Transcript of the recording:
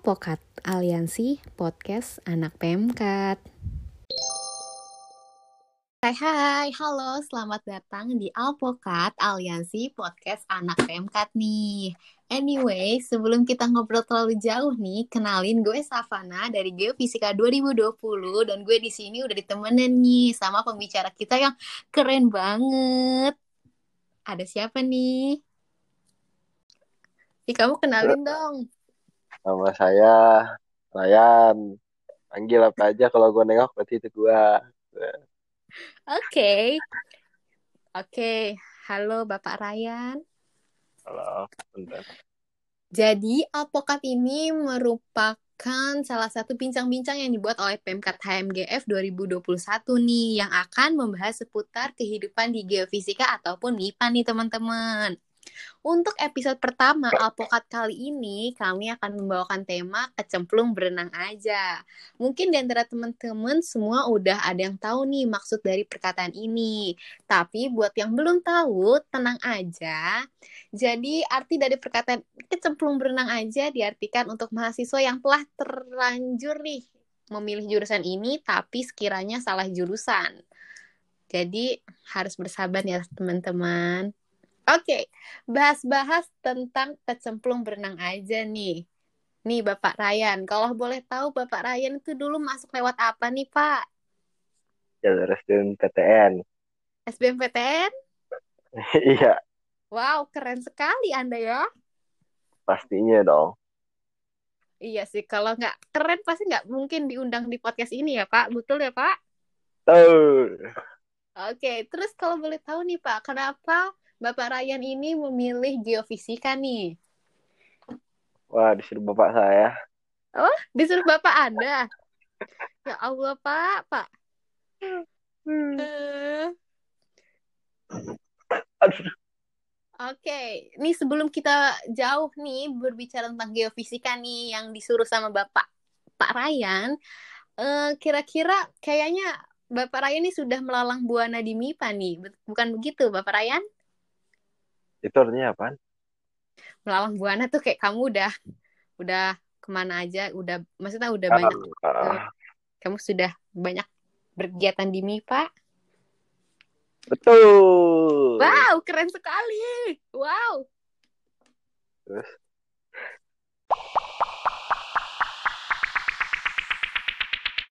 Alpokat, Aliansi Podcast Anak Pemkat. Hai, halo, selamat datang di Alpokat, Aliansi Podcast Anak Pemkat nih. Anyway, sebelum kita ngobrol terlalu jauh nih, kenalin gue Savana dari Geofisika 2020 dan gue di sini udah ditemenin nih sama pembicara kita yang keren banget. Ada siapa nih? Kamu kenalin dong. Nama saya Ryan. Panggil apa aja kalau gue nengok berarti itu gue. Oke. Halo Bapak Ryan. Halo, bentar. Jadi, Alpokat ini merupakan salah satu bincang-bincang yang dibuat oleh Pemkat HMGF 2021 nih, yang akan membahas seputar kehidupan di geofisika ataupun MIPA nih teman-teman. Untuk episode pertama Alpokat kali ini, kami akan membawakan tema kecemplung berenang aja. Mungkin di antara teman-teman semua udah ada yang tahu nih maksud dari perkataan ini. Tapi buat yang belum tahu, tenang aja. Jadi arti dari perkataan kecemplung berenang aja diartikan untuk mahasiswa yang telah terlanjur nih memilih jurusan ini tapi sekiranya salah jurusan. Jadi harus bersabar ya teman-teman. Oke, bahas-bahas tentang kecemplung berenang aja nih. Nih Bapak Ryan, kalau boleh tahu Bapak Ryan itu dulu masuk lewat apa nih Pak? Jalur SBMPTN. SBMPTN? Iya, Wow, keren sekali Anda ya. pastinya dong. Iya sih, kalau nggak keren pasti nggak mungkin diundang di podcast ini ya Pak. Betul ya Pak? Tuh. Oke, terus kalau boleh tahu nih Pak, kenapa Bapak Ryan ini memilih geofisika nih? Wah, disuruh bapak saya. Oh, disuruh Bapak Anda? Ya Allah Pak. Eh, Aduh. Oke, nih sebelum kita jauh nih berbicara tentang geofisika nih yang disuruh sama Pak Ryan, kira-kira kayaknya Bapak Ryan ini sudah melalang buana di MIPA nih, bukan begitu Bapak Ryan? Itu artinya apaan? Melalang buana tuh kayak kamu udah kemana aja, udah maksudnya udah banyak, Ah, kamu sudah banyak berkegiatan di MIPA. betul. Wow, keren sekali. Wow. Terus,